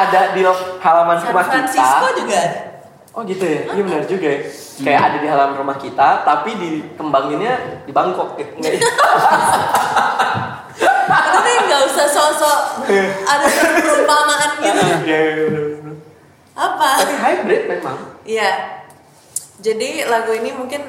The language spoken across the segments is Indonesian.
ada di halaman San rumah kita. San Francisco juga ada. Oh gitu ya, iya benar juga ya. Kayak ada di halaman rumah kita, tapi dikembanginnya di Bangkok gitu. Tapi nggak usah sok-sok ada perumpamaan gitu. Iya. Apa? Tapi hybrid memang. Iya. Jadi lagu ini mungkin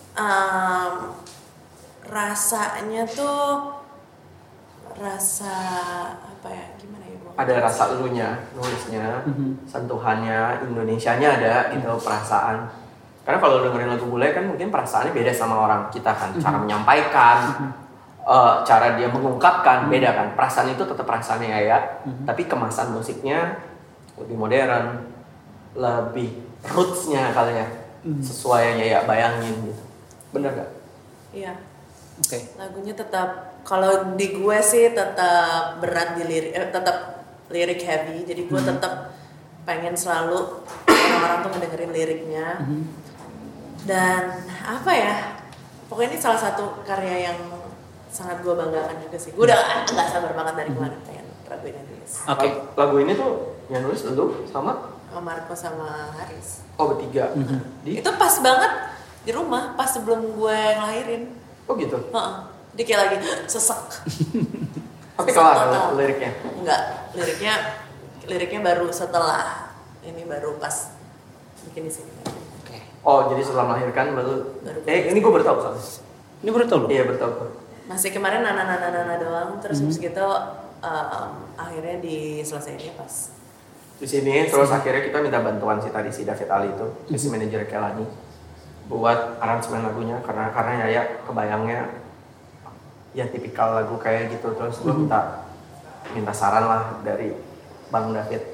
rasanya tuh rasa apa ya? Gimana ya, Bu? Ada rasa elunya, nulisnya, sentuhannya, Indonesianya ada gitu, perasaan. Karena kalau dengerin lagu bule kan mungkin perasaannya beda sama orang kita kan, cara menyampaikan, cara dia mengungkapkan beda kan. Perasaan itu tetap perasaannya ya, tapi kemasan musiknya lebih modern, lebih rootsnya kali ya, sesuai yang ya bayangin gitu. Bener gak? Iya. Oke. Lagunya tetap, kalau di gue sih tetap berat di lirik, tetap lirik heavy. Jadi gue tetap pengen selalu orang-orang tuh ngedengerin liriknya. Dan apa ya? Pokoknya ini salah satu karya yang sangat gue banggakan juga sih. Gue udah nggak sabar banget dari kemarin pengen lagu ini nulis. Oke. Lagu ini tuh yang nulis lu sama? Marco sama Haris. Oh bertiga. Itu pas banget di rumah, pas sebelum gue ngelahirin. Oh gitu. Dia kayak lagi sesek. Tapi kelar liriknya? Enggak, liriknya baru setelah ini, baru pas bikin di sini. Oke. Oh jadi setelah melahirkan baru ini gue baru tahu soalnya. Ini baru tahu lo? Iya baru tahu. Masih kemarin nana doang, terus habis gitu akhirnya diselesaiinnya pas Di sini terus akhirnya kita minta bantuan si David Ali itu, si manajer Kelani, buat aransemen lagunya karena ya kebayangnya ya tipikal lagu kayak gitu. Terus gue minta saran lah dari Bang David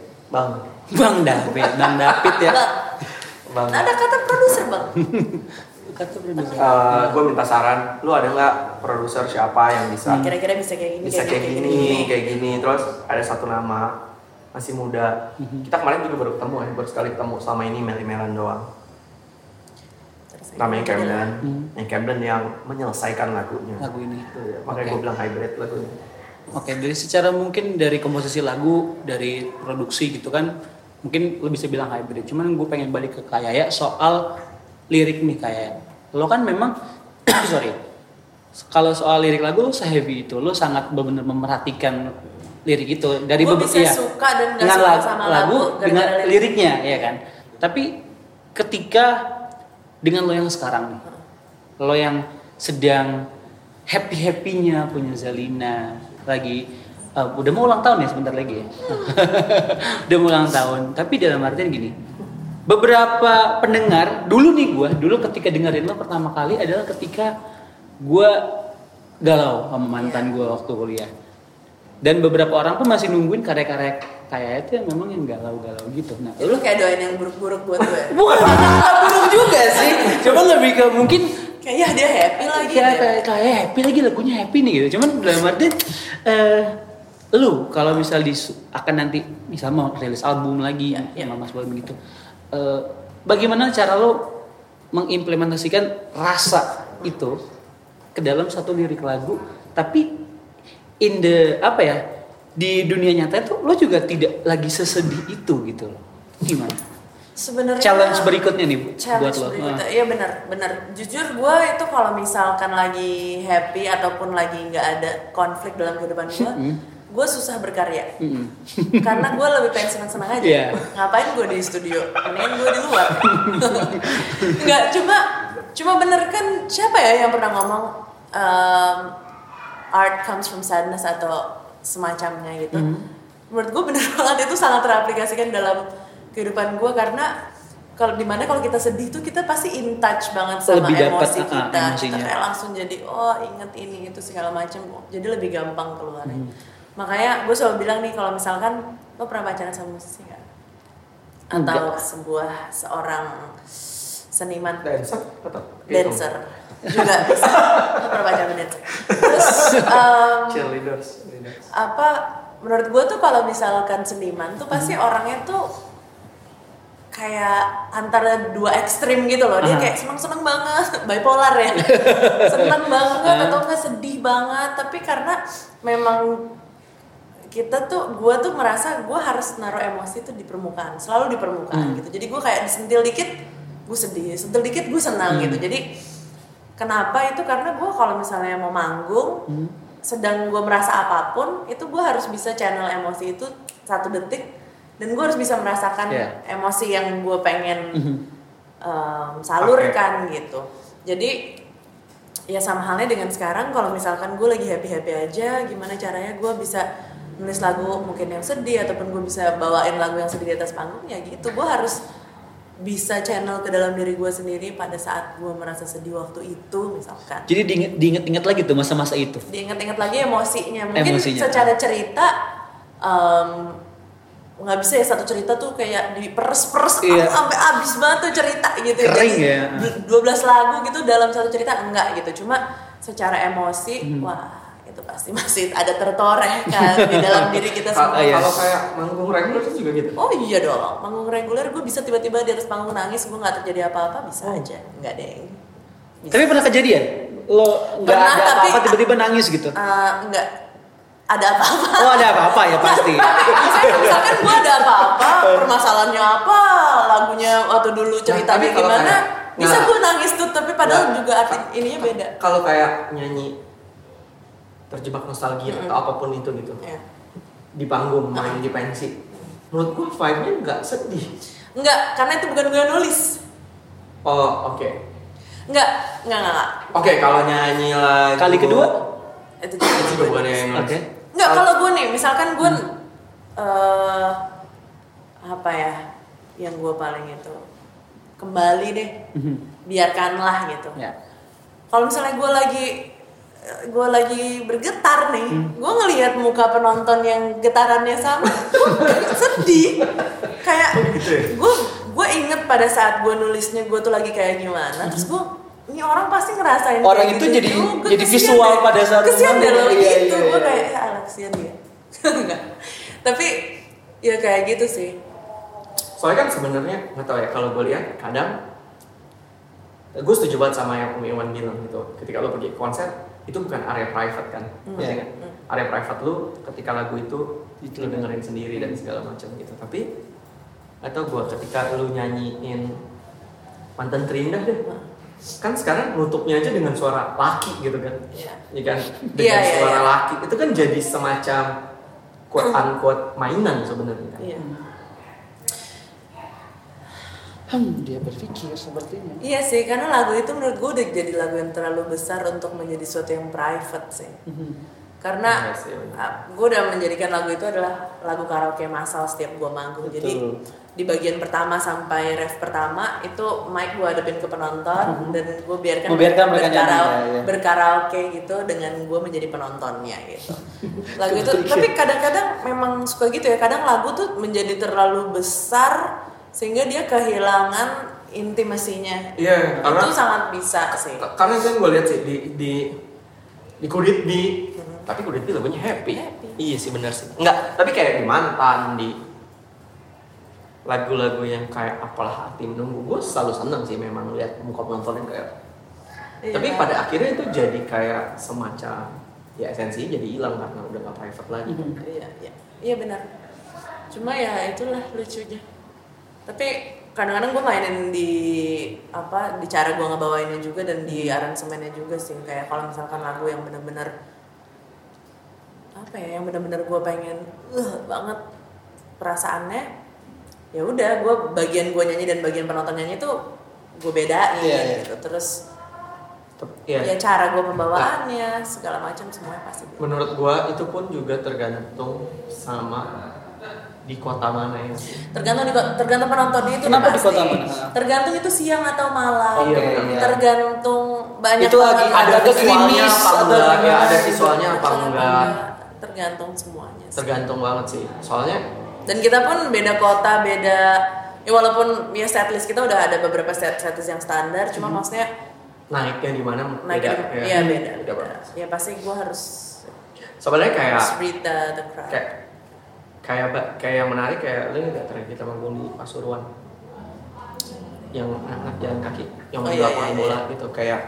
ya. Bang. Ada kata produser Bang. Kata produser. Gue minta saran, lu ada nggak produser siapa yang bisa Kira-kira bisa kayak gini, kayak gini. Terus ada satu nama masih muda. Kita kemarin juga baru ketemu ya, baru sekali ketemu, selama ini mel-melan doang. Namanya Camden yang menyelesaikan lagunya. Lagu ini. Ya, makanya gue bilang hybrid lagunya. Oke, dari secara mungkin dari komposisi lagu, dari produksi gitu kan, mungkin lo bisa bilang hybrid. Cuman gue pengen balik ke Kayaya soal lirik nih Kayaya. Lo kan memang, sorry, kalau soal lirik lagu lo se-heavy itu, lo sangat benar-benar memperhatikan lirik itu dari beberapa ya, suka dan gak dengan suka sama lagu dengan liriknya ya kan. Tapi ketika dengan lo yang sekarang nih, lo yang sedang happy-happynya punya Zalina lagi, udah mau ulang tahun ya sebentar lagi ya. Udah mau ulang tahun, tapi dalam artian gini, beberapa pendengar dulu ketika dengerin lo pertama kali adalah ketika gue galau sama mantan gue waktu kuliah. Dan beberapa orang pun masih nungguin karya-karya kayak itu yang memang yang galau-galau gitu. Nah, lu kayak doain yang buruk-buruk buat gue. Bukan buruk juga sih. Cuma lebih ke mungkin kayak dia happy lagi. Kayak happy lagi, lagunya happy nih gitu. Cuman dalam arti lu kalau misal akan nanti misal mau rilis album lagi sama Mas Boy begitu. Bagaimana cara lo mengimplementasikan rasa itu ke dalam satu lirik lagu, tapi di dunia nyata itu lo juga tidak lagi sesedih itu gitu loh. Gimana? Sebenarnya challenge berikutnya nih buat lo. Iya benar. Jujur gue itu kalau misalkan lagi happy ataupun lagi nggak ada konflik dalam kehidupan gue susah berkarya. Karena gue lebih pengen senang-senang aja. Yeah. Ngapain gue di studio? Mendingan gue di luar. Nggak, cuma bener kan, siapa ya yang pernah ngomong art comes from sadness atau semacamnya gitu. Menurut gue bener banget, itu sangat teraplikasikan dalam kehidupan gue, karena kalau kita sedih tuh kita pasti in touch banget sama emosi kita. Kita kayak langsung jadi inget ini itu segala macam, jadi lebih gampang keluarnya. Makanya gue selalu bilang nih, kalau misalkan lo pernah pacaran sama musisi nggak? Atau seorang seniman? Dancer juga bisa. Lo pernah pacaran dancer? Terus cheerleaders. Menurut gue tuh kalau misalkan seniman tuh pasti orangnya tuh kayak antara dua ekstrim gitu loh. Dia kayak seneng banget, bipolar ya. Seneng banget atau enggak sedih banget. Tapi karena memang kita tuh, gue tuh merasa gue harus naruh emosi tuh di permukaan, selalu di permukaan gitu. Jadi gue kayak disentil dikit gue sedih, sentil dikit gue senang gitu. Jadi kenapa itu? Karena gue kalau misalnya mau manggung, sedang gue merasa apapun, itu gue harus bisa channel emosi itu 1 detik, dan gue harus bisa merasakan emosi yang gue pengen salurkan gitu. Jadi ya sama halnya dengan sekarang, kalau misalkan gue lagi happy aja, gimana caranya gue bisa nulis lagu mungkin yang sedih, ataupun gue bisa bawain lagu yang sedih di atas panggung, ya gitu. Gue harus bisa channel ke dalam diri gue sendiri pada saat gue merasa sedih waktu itu misalkan. Jadi diinget-inget lagi tuh masa-masa itu. Diinget-inget lagi emosinya. Mungkin secara cerita nggak bisa ya satu cerita tuh kayak diperes-peres sampai habis banget tuh cerita gitu. Kering ya. 12 lagu gitu dalam satu cerita enggak gitu. Cuma secara emosi, wah itu pasti masih ada tertoreh kan di dalam diri kita semua. Kalau kayak manggung reguler itu juga gitu? Oh iya dong, manggung reguler gue bisa tiba-tiba di atas panggung nangis, gue nggak terjadi apa-apa, bisa aja, nggak deh. Tapi pernah kejadian? Lo nggak ada apa-apa tiba-tiba nangis gitu? Nggak ada apa-apa. Oh ada apa-apa ya pasti. Misalkan gue ada apa-apa, permasalahannya apa, lagunya waktu dulu ceritanya gimana, bisa gue nangis tuh, tapi padahal juga arti ininya beda. Kalau kayak nyanyi terjebak nostalgia atau apapun itu gitu, di panggung main di pensi, menurut gue vibe-nya nggak sedih. Nggak, karena itu bukan gue yang nulis. Oh oke. Nggak. Oke, kalau nyanyi lagi kali kedua itu juga bukan yang nulis. Oke. Nggak, kalau gue nih misalkan gue apa ya yang gue paling itu, kembali deh, biarkanlah gitu. Kalau misalnya gue lagi bergetar nih, gue ngelihat muka penonton yang getarannya sama, gue sedih. Kayak gue inget pada saat gue nulisnya gue tuh lagi kayak gimana, terus ini orang pasti ngerasain orang itu gitu. jadi visual deh. Pada saat kesian deh lo gitu. Gue kayak kesian dia. Enggak. Tapi ya kayak gitu sih. Soalnya kan sebenarnya nggak tahu ya, kalau gue lihat kadang gue setuju banget sama yang Om Iwan bilang gitu. Ketika lo pergi konser, itu bukan area private kan, area private lu ketika lagu itu lu dengerin sendiri dan segala macam gitu. Tapi atau gue ketika lu nyanyiin Mantan Terindah deh, kan sekarang nutupnya aja dengan suara laki gitu kan, ya kan, dengan suara laki itu kan jadi semacam quote unquote mainan sebenarnya kan. Dia berpikir sepertinya. Iya sih, karena lagu itu menurut gue udah jadi lagu yang terlalu besar untuk menjadi sesuatu yang private sih. Karena gue udah menjadikan lagu itu adalah lagu karaoke massal setiap gue manggung. Jadi di bagian pertama sampai ref pertama itu mic gue hadapin ke penonton, dan gue biarkan berkaraoke gitu dengan gue menjadi penontonnya gitu. Lagu itu, tapi kadang-kadang memang suka gitu ya. Kadang lagu tuh menjadi terlalu besar sehingga dia kehilangan intimasinya. Iya, karena itu sangat bisa sih. Karena kan gue lihat sih di Could It Be, tapi Could It Be lagunya happy. Iya sih, benar sih. Enggak, tapi kayak di Mantan, di lagu-lagu yang kayak Apalah Hati Menunggu, gue selalu seneng sih memang lihat muka penontonnya kayak. Tapi pada akhirnya itu jadi kayak semacam ya esensinya jadi hilang karena udah nggak private lagi. Iya benar. Cuma ya itulah lucunya. Tapi kadang-kadang gue mainin di cara gue ngebawainnya juga, dan di aransemennya juga sih. Kayak kalau misalkan lagu yang benar-benar yang benar-benar gue pengen banget perasaannya, ya udah gue bagian gue nyanyi dan bagian penonton nyanyi itu gue bedain gitu. Terus ya cara gue pembawaannya segala macam semuanya pasti beda. Menurut gue itu pun juga tergantung sama di kota mana ya sih? Tergantung penontonnya itu. Kenapa di kota mana? Tergantung itu siang atau malam. Iya. Tergantung banyak itu lagi ada visualnya apa enggak? Ya ada visualnya apa enggak? Tergantung semuanya. Tergantung banget sih. Soalnya dan kita pun beda kota, beda ya, walaupun ya setlist kita udah ada beberapa setlist yang standar, cuma maksudnya naiknya di mana beda. Iya beda. Ya pasti gue harus sebenarnya kayak read the crowd. Kayak yang menarik kayak lu nggak terakhir kita manggung di Pasuruan yang anak jalan kaki yang main lapangan bola gitu. Kayak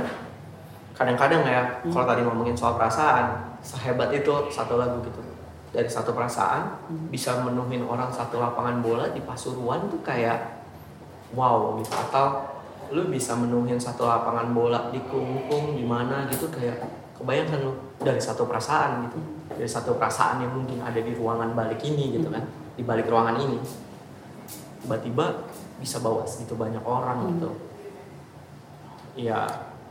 kadang-kadang ya kalau tadi ngomongin soal perasaan, sehebat itu satu lagu gitu. dari satu perasaan bisa menuhin orang satu lapangan bola di Pasuruan tuh kayak wow gitu. Atau lu bisa menuhin satu lapangan bola di Kelungkung di mana gitu, kayak kebayangkan lu dari satu perasaan gitu, dari satu perasaan yang mungkin ada di ruangan balik ini gitu kan, di balik ruangan ini tiba-tiba bisa bawa segitu banyak orang gitu. Ya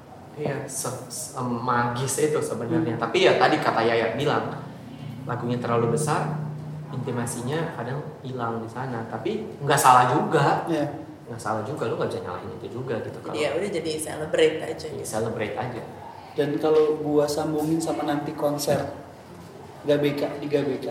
magis itu sebenarnya. Tapi ya tadi kata Yaya bilang lagunya terlalu besar, intimasinya kadang hilang di sana. Tapi nggak salah juga. Nggak salah juga, lu nggak bisa nyalahin itu juga gitu. Kalau ya udah jadi celebrate aja gitu. Celebrate aja. Dan kalau gua sambungin sama nanti konser GBK di GBK,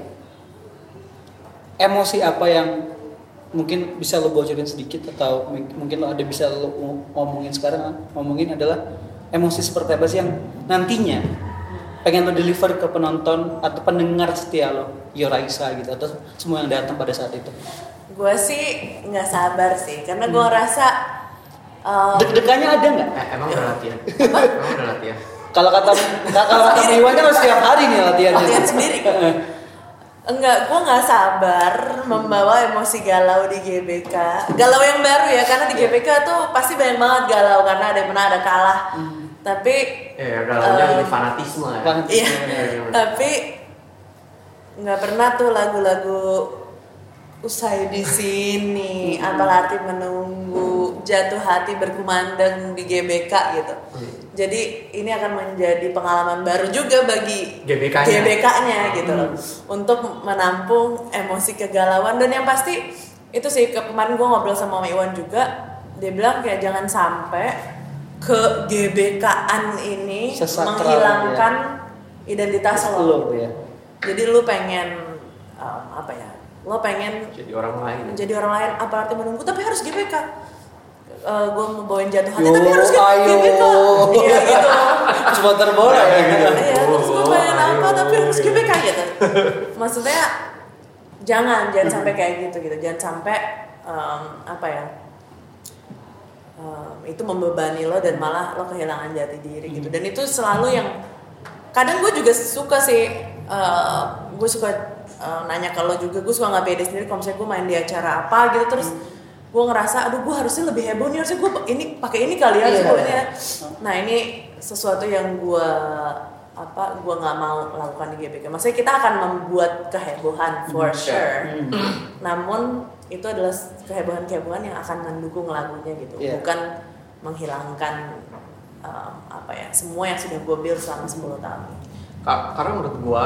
emosi apa yang mungkin bisa lo bocorin sedikit, atau mungkin lo ada bisa lo ngomongin sekarang, ngomongin adalah emosi seperti apa sih yang nantinya pengen lo deliver ke penonton atau pendengar setia lo, Raisa gitu, atau semua yang datang pada saat itu? Gue sih nggak sabar sih, karena gue ngerasa deg-degannya ada nggak? Emang udah latihan? Emang udah latihan? Kalau kata Iwan kan setiap hari nih latihannya. Latihan sendiri. Enggak, gue nggak sabar membawa emosi galau di GBK. Galau yang baru ya, karena di GBK tuh pasti banyak banget galau karena ada menang ada kalah. Tapi galaunya lebih fanatisme ya. Iya. Tapi nggak pernah tuh lagu-lagu usai di sini, apalah arti menunggu, jatuh hati berkumandang di GBK gitu. Jadi ini akan menjadi pengalaman baru juga bagi GBK-nya gitu loh, untuk menampung emosi kegalauan. Dan yang pasti itu sih, kemarin gue ngobrol sama Om Iwan juga, dia bilang kayak jangan sampai ke GBK-an ini menghilangkan identitas lo. Jadi lu pengen lo pengen jadi orang lain, apa arti menunggu, tapi harus GBK. Gue mau bawain jatuh hati tapi harus GBK. Iya gitu. Supporter bola ya. Iya, terus gue pengen apa tapi harus GBK gitu. Maksudnya jangan sampai kayak gitu. Jangan sampai itu membebani lo dan malah lo kehilangan jati diri gitu. Dan itu selalu yang kadang gue juga suka sih, gue suka nanya ke lo juga, gue suka nggak pede sendiri kalau misalnya gue main di acara apa gitu, terus gue ngerasa aduh gue harusnya lebih heboh nih, harusnya gue ini pakai ini kali ya, nah ini sesuatu yang gue nggak mau lakukan di GBK. Maksudnya kita akan membuat kehebohan for sure, namun itu adalah kehebohan yang akan mendukung lagunya gitu, bukan menghilangkan semua yang sudah gue build selama 10 tahun. Karena menurut gue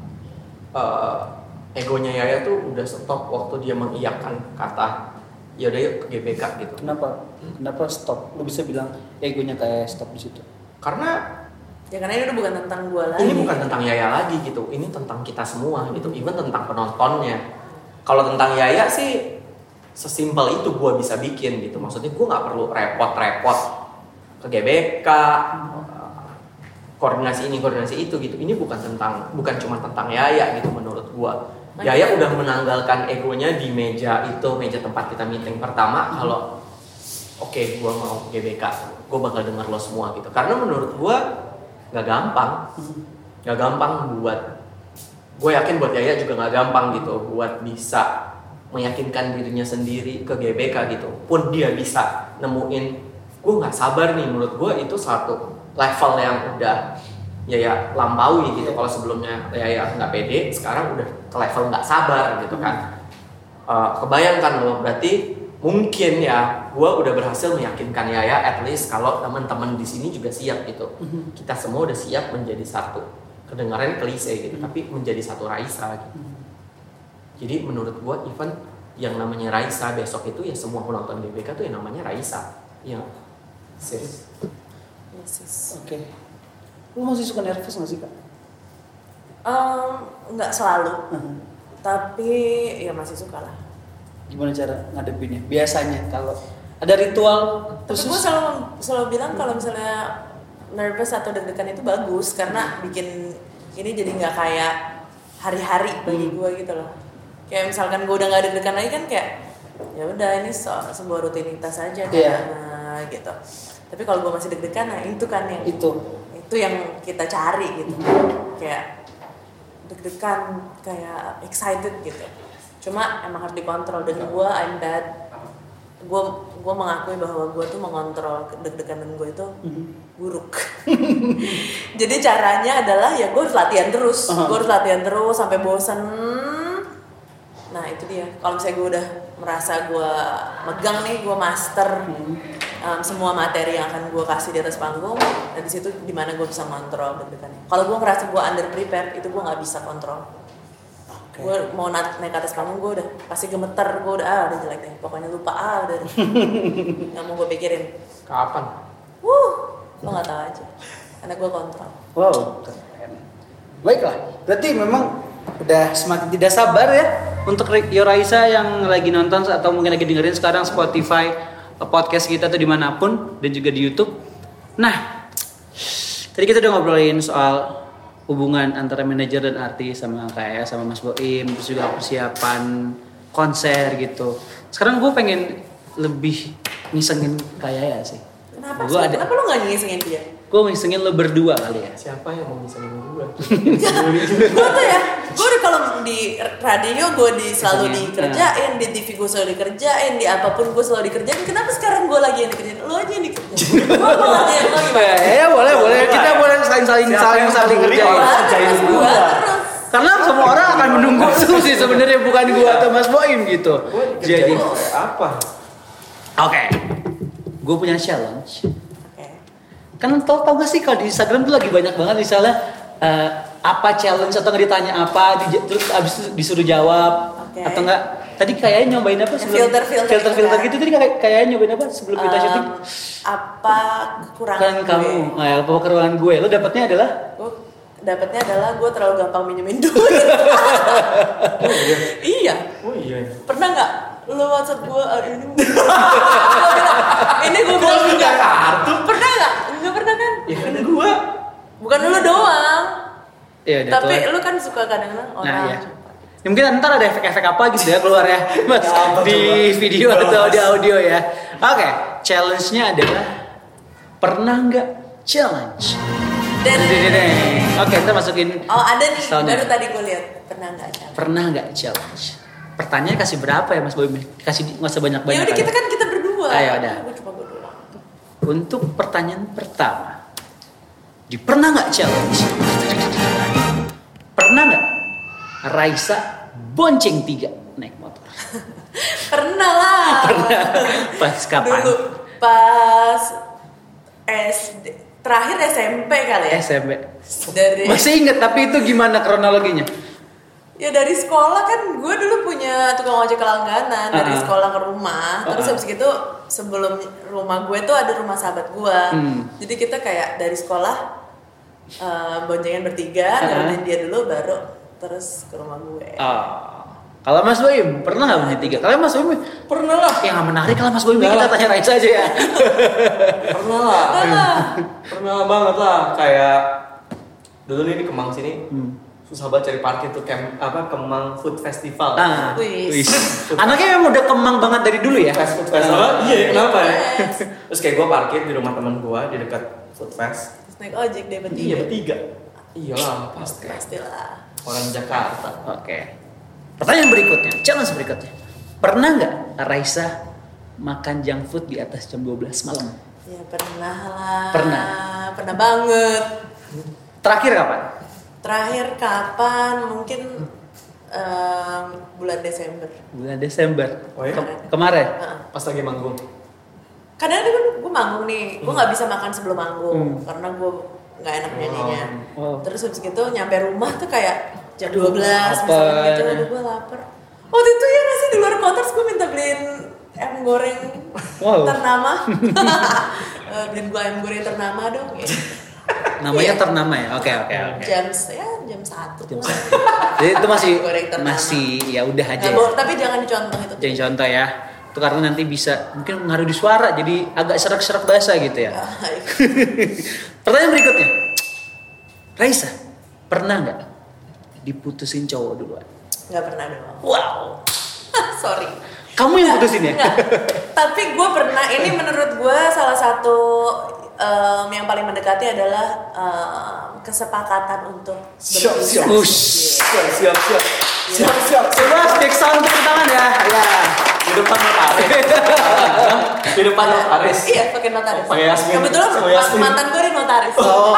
egonya Yaya tuh udah stop waktu dia mengiyakan kata yaudah yuk ke GBK gitu. Kenapa stop? Lu bisa bilang egonya kayak stop di situ? Karena ini udah bukan tentang gue lagi. Ini bukan tentang Yaya lagi gitu. Ini tentang kita semua gitu. Even tentang penontonnya. Kalau tentang Yaya sih sesimpel itu gue bisa bikin gitu. Maksudnya gue nggak perlu repot-repot ke GBK, koordinasi ini koordinasi itu gitu. Ini bukan cuma tentang Yaya gitu menurut gue. Yaya udah menanggalkan egonya di meja tempat kita meeting pertama. Kalau oke, gue mau GBK, gue bakal denger lo semua gitu. Karena menurut gue nggak gampang buat, gue yakin buat Yaya juga nggak gampang gitu buat bisa meyakinkan dirinya sendiri ke GBK gitu. Pun dia bisa nemuin, gue nggak sabar nih. Menurut gue itu satu level yang udah Yaya lampaui gitu. Kalau sebelumnya Yaya nggak pede, sekarang udah ke level nggak sabar gitu kan. Kebayangkan loh, berarti mungkin ya gue udah berhasil meyakinkan Yaya, at least kalau teman-teman di sini juga siap gitu. Kita semua udah siap menjadi satu. Kedengarannya klise gitu, tapi menjadi satu Raisa gitu. Jadi menurut gue even yang namanya Raisa besok itu ya semua penonton GBK tuh yang namanya Raisa. Iya. Sis. Oke. Lu masih suka nervous gak sih, Kak? Nggak selalu. Tapi ya masih suka lah. Gimana cara ngadepinnya? Biasanya kalau ada ritual khusus? Tapi gue selalu bilang kalau misalnya nervous atau deg-degan itu bagus, karena bikin ini jadi nggak kayak hari-hari bagi gue gitu loh. Kayak misalkan gue udah nggak deg-degan lagi kan kayak ya udah ini sebuah rutinitas aja gitu. Tapi kalau gue masih deg-degan, nah itu kan yang itu yang kita cari gitu. Kayak deg-degan kayak excited gitu. Cuma emang harus dikontrol dan I'm bad. Gue mengakui bahwa gue tuh mengontrol deg-degan gue itu buruk. Jadi caranya adalah ya gue harus latihan terus. Gue harus latihan terus sampai bosan. Nah itu dia. Kalau misalnya gue udah merasa gue megang nih, gue master semua materi yang akan gue kasih di atas panggung, dan di situ dimana gue bisa kontrol deg-degannya. Kalau gue ngerasa gue under prepared, itu gue nggak bisa kontrol. Gue mau naik ke atas panggung, gue udah pasti gemeter, gue udah jelek deh, pokoknya lupa udah nggak mau gue pikirin. Kapan? Lo nggak tahu aja, karena gue kontrol. Wow, keren. Baiklah, berarti memang udah semakin tidak sabar ya untuk Yoraisa yang lagi nonton atau mungkin lagi dengerin sekarang Spotify, podcast kita tuh dimanapun dan juga di YouTube. Nah, tadi kita udah ngobrolin soal hubungan antara manajer dan artis sama kayak sama Mas Boim, terus juga persiapan konser gitu. Sekarang gue pengen lebih ngisengin kayak ya sih. Kenapa sih? Kenapa lo nggak ngisengin dia? Gue ngisengin lo berdua kali ya. Siapa yang mau ngisengin gue? Gue tuh ya, gue udah kalau di radio gue selalu dikerjain, di TV gue selalu dikerjain, di apapun gue selalu dikerjain. Kenapa sekarang gue lagi yang dikerjain? Lo aja yang dikerjain. Gue mau ngerjain lo gimana? Ya boleh. Kita boleh saling kerjain. Karena semua orang akan menunggu itu sih sebenarnya, bukan gue atau Mas Boim gitu. Jadi apa? Oke. Gue punya challenge. Kan tau gak sih kalau di Instagram tuh lagi banyak banget misalnya apa challenge atau nggak ditanya apa terus abis itu disuruh jawab atau enggak tadi kayaknya nyobain apa sebelum filter gitu tadi kayaknya nyobain apa sebelum kita syuting apa kekurangan kamu apa kekurangan gue lo dapatnya adalah gue terlalu gampang minjemin duit. Iya. Pernah nggak lo WhatsApp gue ini gue bilang juga kartu pernah nggak pernah kan ya kan gue bukan lo doang ya, tapi lo kan suka kadang-kadang orang ya. Ya, mungkin ntar ada efek-efek apa gitu ya keluar ya Mas di video atau di audio ya. Oke, challenge-nya adalah pernah nggak challenge. Oke, kita masukin. Oh ada nih, baru tadi gue lihat pernah nggak challenge. Pertanyaan kasih berapa ya Mas Boim? Kasih nggak sebanyak-banyak. Ya udah kita berdua. Ayo udah. Gue coba gue doang. Untuk pertanyaan pertama, pernah nggak challenge? Pernah nggak Raisa bonceng 3 naik motor? Pernah lah. Pernah. Pas kapan? Dulu pas SD, terakhir SMP kali ya. SMP. Masih inget tapi itu gimana kronologinya? Ya dari sekolah kan gue dulu punya tukang ojek langganan dari sekolah ke rumah. Terus habis gitu sebelum rumah gue tuh ada rumah sahabat gue. Jadi kita kayak dari sekolah boncengan bertiga, nemenin dia dulu baru terus ke rumah gue. Kalau Mas Boim pernah nggak punya 3? Kalau Mas Boim pernah lah. Ya nggak menarik lah Mas Boim, kita tanya Raisa aja ya. Pernah lah. Pernah banget lah. Kayak dulu nih di Kemang sini. Susah banget cari parkir tuh Kemang Food Festival. Anaknya memang udah Kemang banget dari dulu ya. Food Festival. Iya, kenapa ya? Terus kayak gue parkir di rumah teman gue di dekat Food Fest. Terus naik ojek deh bertiga. Iya, bertiga. Iyalah, pastilah. Orang Jakarta. Oke. Pertanyaan berikutnya, challenge berikutnya. Pernah nggak Raisa makan junk food di atas jam 12 malam? Ya pernah lah. Pernah banget. Terakhir kapan? Mungkin bulan Desember. Oh ya? Kemarin? Pas lagi manggung. Kadang gue manggung nih, gue nggak bisa makan sebelum manggung karena gue nggak enak nyanyinya. Terus habis gitu nyampe rumah tuh kayak jam 12 misalnya gitu, aduh gue lapar. Waktu itu ya nggak sih di luar kota, terus gue minta beliin ayam goreng ternama. Beliin gue ayam goreng ternama dong. Ya. Namanya ternama ya? Oke. Jam 1. Jadi itu masih ya udah aja. Tapi jangan dicontoh itu. Jangan contoh ya. Itu karena nanti bisa mungkin ngaruh di suara, jadi agak serak-serak bahasa gitu ya. Pertanyaan berikutnya, Raisa pernah nggak diputusin cowok duluan? Nggak pernah dong. Wow. Sorry. Kamu yang putusin ya? Enggak. Tapi gue pernah. Ini menurut gue salah satu yang paling mendekati adalah kesepakatan untuk Siap. Coba big sound tepuk tangan ya. Ya. Di depan notaris. Di depan notaris. Iya, pakai notaris. Pakai Yasmin. Kebetulan Sama Yasmin. mantan gue di notaris. Oh.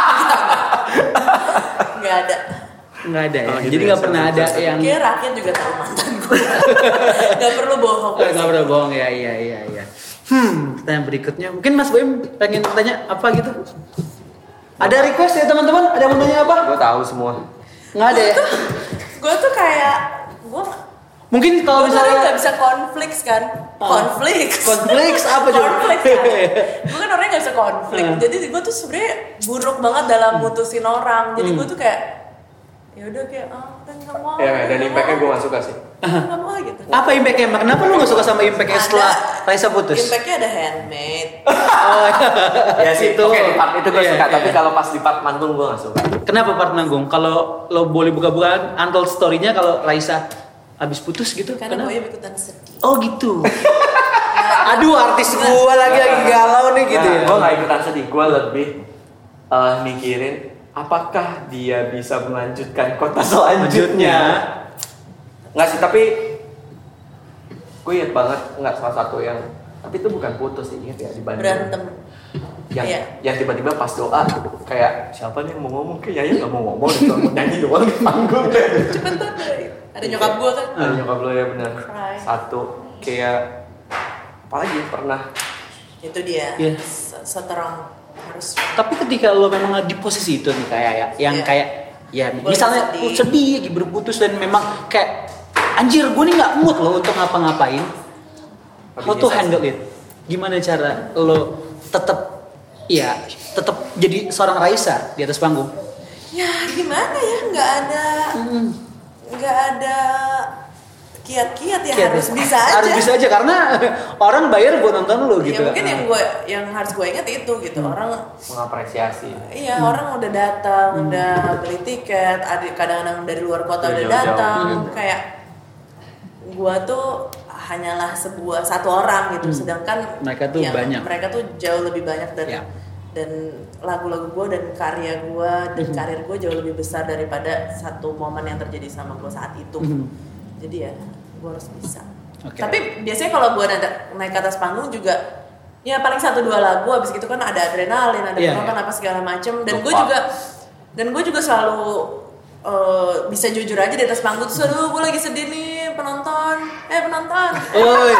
Nggak ada. Nggak ada ya. Oh, gitu Jadi ya, nggak pernah ada yang. Kayak rakyat juga tahu mantan gue. Nggak perlu bohong. Nggak pernah bohong ya. Iya. Pertanyaan berikutnya. Mungkin Mas Boim pengen tanya apa gitu? Ada request ya teman-teman? Ada yang mau nanya apa? Gue tahu semua. Nggak ada ya? Gue tuh kayak gue Mungkin kalau gue orangnya misalnya nggak bisa konflik kan. Konflik apa coba? konflik kan. Gue kan orangnya nggak bisa konflik. Jadi gue tuh sebenarnya buruk banget dalam mutusin orang. Jadi gue tuh kayak ya udah kayak kan nggak mau. Ya, dan impactnya gue gak suka sih. Nggak mau gitu. Apa impactnya? Kenapa lu nggak suka sama impactnya setelah Raisa putus? Impactnya ada handmade. Oh, Ya sih, itu. oke di part itu gue Iya, suka, iya. tapi kalau pas di part manggung gue gak suka. Kenapa part nanggung? Kalau lo boleh buka-buka untold story-nya kalau Raisa habis putus gitu? Karena Kenapa? gue ikutan sedih. Oh gitu. Aduh artis gua lagi galau nih gitu ya. Gue gak ikutan sedih, gue lebih mikirin apakah dia bisa melanjutkan kota selanjutnya. Nggak sih, tapi gue inget banget nggak salah satu yang, tapi itu bukan putus sih, inget ya di Bandung. Berantem. Yang Iya. yang tiba-tiba pas doa kayak siapa nih yang mau ngomong, kayak Yaya nggak mau ngomong, dia cuma mau nyanyi doang di panggung. Cepetan deh. Ada nyokap gue kan. Ada nyokap lo ya benar. Cry. Satu kayak apalagi pernah. Itu dia. Iya. Seterong harus. Tapi ketika lo memang di posisi itu nih kayak ya, yang Iya. kayak ya Gua misalnya sedih. sedih lagi berputus dan memang kayak anjir gue nih nggak mood lo untuk ngapa-ngapain. How to handle it? Gimana cara lo tetap jadi seorang Raisa di atas panggung? Ya gimana ya, nggak ada kiat-kiat ya, harus bisa aja. Harus bisa aja karena orang bayar buat nonton lo gitu. Ya mungkin yang harus gue ingat itu gitu, orang Mengapresiasi. iya orang udah datang, udah beli tiket, kadang-kadang dari luar kota udah jauh-jauh. datang, kayak gue tuh hanyalah satu orang gitu, sedangkan Mereka tuh banyak. mereka tuh jauh lebih banyak dan lagu-lagu gue dan karya gue dan karir gue jauh lebih besar daripada satu momen yang terjadi sama gue saat itu. Jadi ya gue harus bisa. Oke. Tapi biasanya kalau gue naik ke atas panggung juga ya paling 1-2 lagu, habis gitu kan ada adrenalin, ada Iya, penonton iya. apa segala macem, dan Lupa. gue juga selalu bisa jujur aja di atas panggung tuh, aduh gue lagi sedih nih penonton. Oi,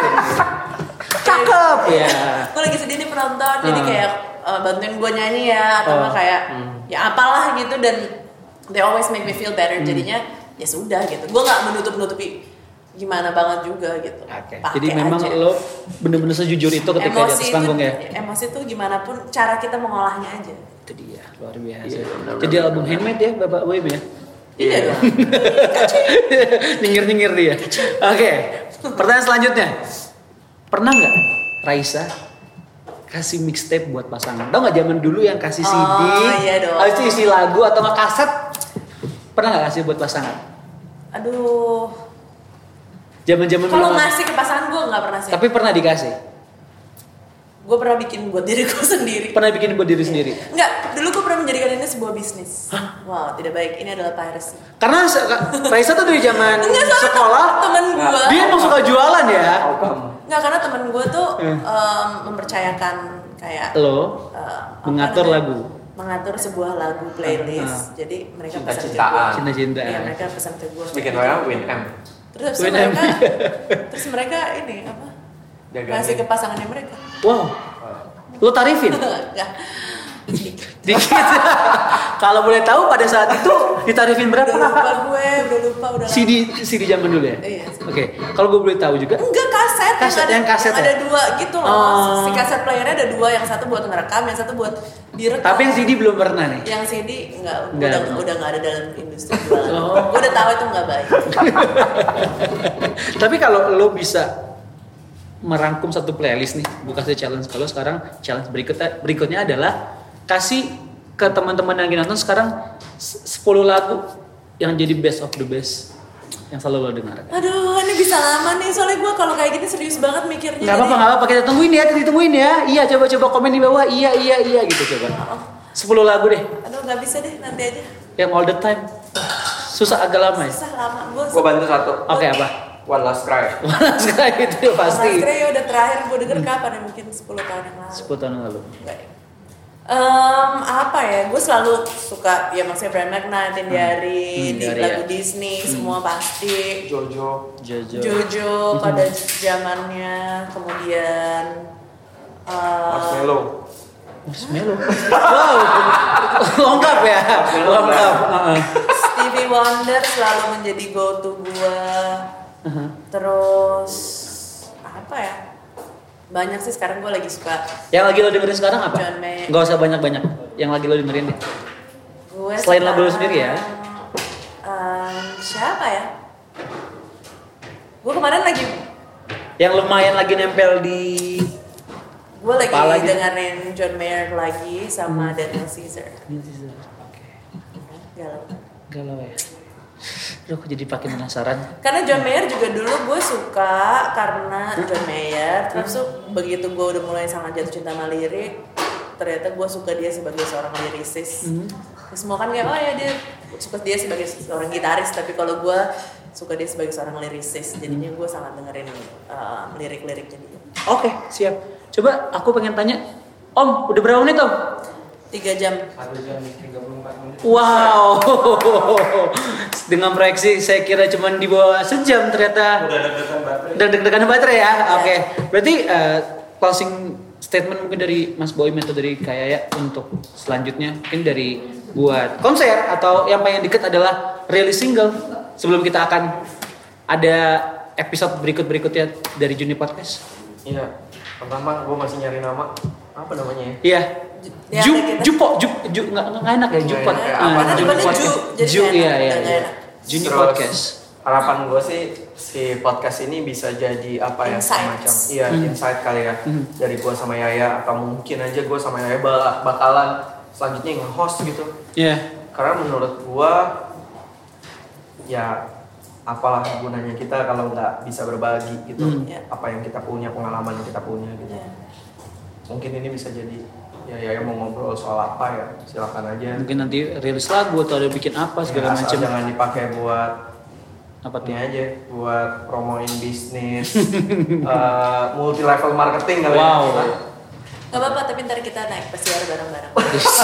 cakep ya. Gue lagi sedih nih penonton, jadi kayak bantuin gue nyanyi ya, atau nggak kayak ya apalah gitu, dan they always make me feel better. Jadinya ya sudah gitu, gue nggak menutupi gimana banget juga gitu. Oke. Pakai Jadi memang aja. lo bener-bener sejujur itu ketika di atas panggung ya. Emosi itu gimana pun cara kita mengolahnya aja. Itu dia, luar biasa. Iya, benar, Jadi benar, album benar. handmade ya Bapak Boim ya. Iya dong. Nyengir-nyengir dia. Oke, pertanyaan selanjutnya. Pernah nggak Raisa kasih mixtape buat pasangan? Tahu nggak zaman dulu yang kasih CD, iya dong. habis itu isi lagu atau nggak kaset? Pernah nggak kasih buat pasangan? Aduh. Zaman-zaman Kalau dulu. ngasih ke pasangan gue nggak pernah sih. Tapi pernah dikasih. Gue pernah bikin buat diri gue sendiri. Pernah bikin buat diri sendiri. Enggak, dulu gue pernah menjadikan ini sebuah bisnis. Wow, tidak baik. Ini adalah piracy. Karena Raisa tuh dari zaman Enggak, soalnya sekolah, temen gue. dia emang suka jualan ya. How come? Enggak, karena temen gue tuh mempercayakan kayak Lo apa mengatur namanya? lagu. Mengatur sebuah lagu playlist. Jadi mereka pesan ke gue. Cinta-cintaan. Cinta-cinta. Iya, mereka pesan ke gue. Bikin orang Win-M. Terus Win mereka M. mereka ini apa? Jagain. Ngasih ke pasangannya mereka. Wow, lo tarifin? Enggak. Dikit. Kalau boleh tahu pada saat itu ditarifin berapa Udah lupa kakak? gue, udah lupa, udah lama. CD zaman dulu ya? Iya. Oke, kalau gue boleh tahu juga. Enggak, kaset, Kaset, yang kaset yang ya? ada dua gitu loh. Oh. Si kaset playernya ada dua, yang satu buat ngerekam, yang satu buat direkam. Tapi yang CD belum pernah nih. Yang CD enggak, Enggak. udah enggak ada dalam industri jualan. Oh. Gue udah tahu itu enggak baik. Tapi kalau lo bisa merangkum satu playlist nih, gue kasih challenge kalau sekarang challenge berikutnya adalah kasih ke teman-teman yang lagi nonton sekarang 10 lagu yang jadi best of the best yang selalu lo dengar? Aduh, ini bisa lama nih, soalnya gue kalau kayak gini serius banget mikirnya. Gak apa-apa, kita tungguin ya, Iya, coba komen di bawah, iya gitu coba. 10 lagu deh. Aduh, gak bisa deh, nanti aja. Yang all the time. Susah agak lama ya? Susah lama, Gue bantu satu. Oke, apa? One Last Cry. One Last Cry itu pasti. One Last Cry udah terakhir gue denger kapan ya, mungkin 10 tahun yang lalu. 10 tahun yang lalu. Enggak ya. Apa ya, gue selalu suka ya maksudnya Brian McKnight, Diary, lagu Disney, semua pasti. Jojo pada zamannya, kemudian Marshmello. Wow, lengkap ya. Lengkap. Stevie Wonder selalu menjadi go to gue. Terus apa ya? Banyak sih sekarang gue lagi suka. Yang lagi lo dengerin sekarang apa? John Mayer. Gak usah banyak-banyak. Yang lagi lo dengerin deh. Gue selain lagu lo sendiri ya. Siapa ya? Gue kemarin lagi. Yang lumayan lagi nempel di. Gue lagi dengerin John Mayer lagi sama Daniel Caesar. Oke. Galau ya. Aduh, aku jadi makin penasaran. Karena John Mayer juga dulu gue suka karena John Mayer. Terus begitu gue udah mulai sama jatuh cinta sama lirik, ternyata gue suka dia sebagai seorang lirisis. Semua kan kayak ya dia suka dia sebagai seorang gitaris, tapi kalau gue suka dia sebagai seorang lirisis. Jadinya gue sangat dengerin lirik-liriknya dia. Oke, siap. Coba aku pengen tanya, Om, udah berapa menit Om? 3 jam. 1 jam 34 menit. Wow. Dengan proyeksi saya kira cuma di bawah sejam, ternyata udah deg-degan baterai ya. Oke. Berarti closing statement mungkin dari Mas Boim atau dari Kak Yaya untuk selanjutnya, mungkin dari buat konser atau yang paling deket adalah rilis single sebelum kita akan ada episode berikutnya dari Juni Podcast. Iya. Pertama gue masih nyari nama. Apa namanya ya? Iya. Jupo nggak enak ya Jupot. Juni Podcast. Iya. Juni Podcast. Harapan gue sih si podcast ini bisa jadi apa ya, semacam insight kali ya dari gue sama Yaya, atau mungkin aja gue sama Yaya bakalan selanjutnya nge-host gitu. Iya. Karena menurut gue ya apalah gunanya kita kalau nggak bisa berbagi gitu. Apa yang kita punya, pengalaman yang kita punya gitu. Mungkin ini bisa jadi ya mau ngobrol soal apa ya, silakan aja. Mungkin nanti rilis lagu atau ada bikin apa segala macam. Jangan dipakai buat apa tuh aja, buat promoin bisnis, multi level marketing kali. Wow. Ya. Gak apa-apa, tapi ntar kita naik pesiar bareng-bareng.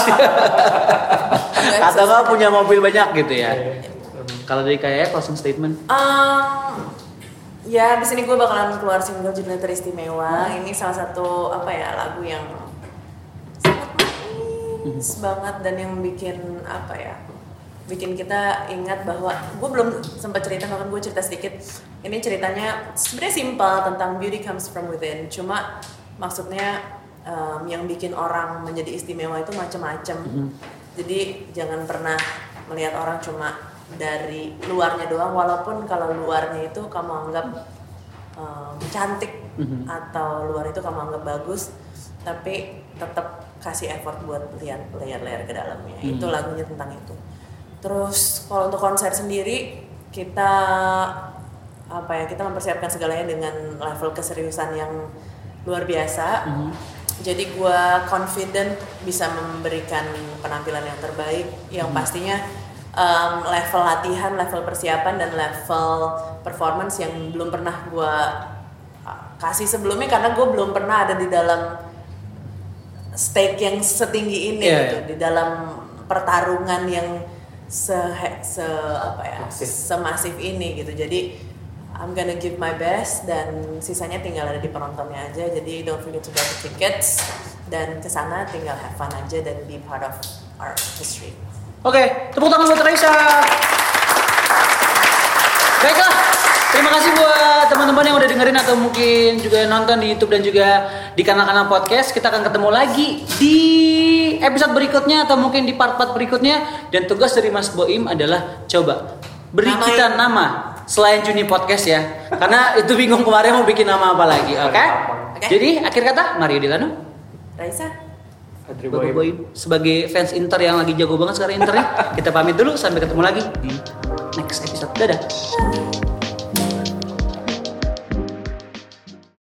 Atau nggak punya mobil banyak gitu ya. Kalau dari kayak closing statement. Ya, di sini gue bakalan keluar single judulnya Teristimewa. Ini salah satu lagu yang sangat manis banget dan yang bikin bikin kita ingat bahwa gue belum sempat cerita, bahkan gue cerita sedikit. Ini ceritanya sebenarnya simpel tentang beauty comes from within. Cuma maksudnya yang bikin orang menjadi istimewa itu macam-macam. Jadi jangan pernah melihat orang cuma dari luarnya doang, walaupun kalau luarnya itu kamu anggap cantik atau luar itu kamu anggap bagus, tapi tetap kasih effort buat lihat layer-layer ke dalamnya. Itu lagunya tentang itu. Terus kalau untuk konser sendiri kita kita mempersiapkan segalanya dengan level keseriusan yang luar biasa. Jadi gue confident bisa memberikan penampilan yang terbaik, yang pastinya level latihan, level persiapan, dan level performance yang belum pernah gue kasih sebelumnya, karena gue belum pernah ada di dalam stake yang setinggi ini gitu, di dalam pertarungan yang semasif ini gitu. Jadi I'm gonna give my best, dan sisanya tinggal ada di penontonnya aja. Jadi don't forget to buy the tickets, dan kesana tinggal have fun aja dan be part of our history. Oke, tepuk tangan buat Raisa. Baiklah, terima kasih buat teman-teman yang udah dengerin atau mungkin juga nonton di YouTube dan juga di kanal-kanal podcast. Kita akan ketemu lagi di episode berikutnya atau mungkin di part-part berikutnya. Dan tugas dari Mas Boim adalah coba beri kita nama selain Juni Podcast ya. Karena itu bingung kemarin mau bikin nama apa lagi, oke? Jadi akhir kata, Mario Dilano, Raisa, Bapak Boim, sebagai fans Inter yang lagi jago banget sekarang Internya, kita pamit dulu, sampai ketemu lagi di next episode. Dadah.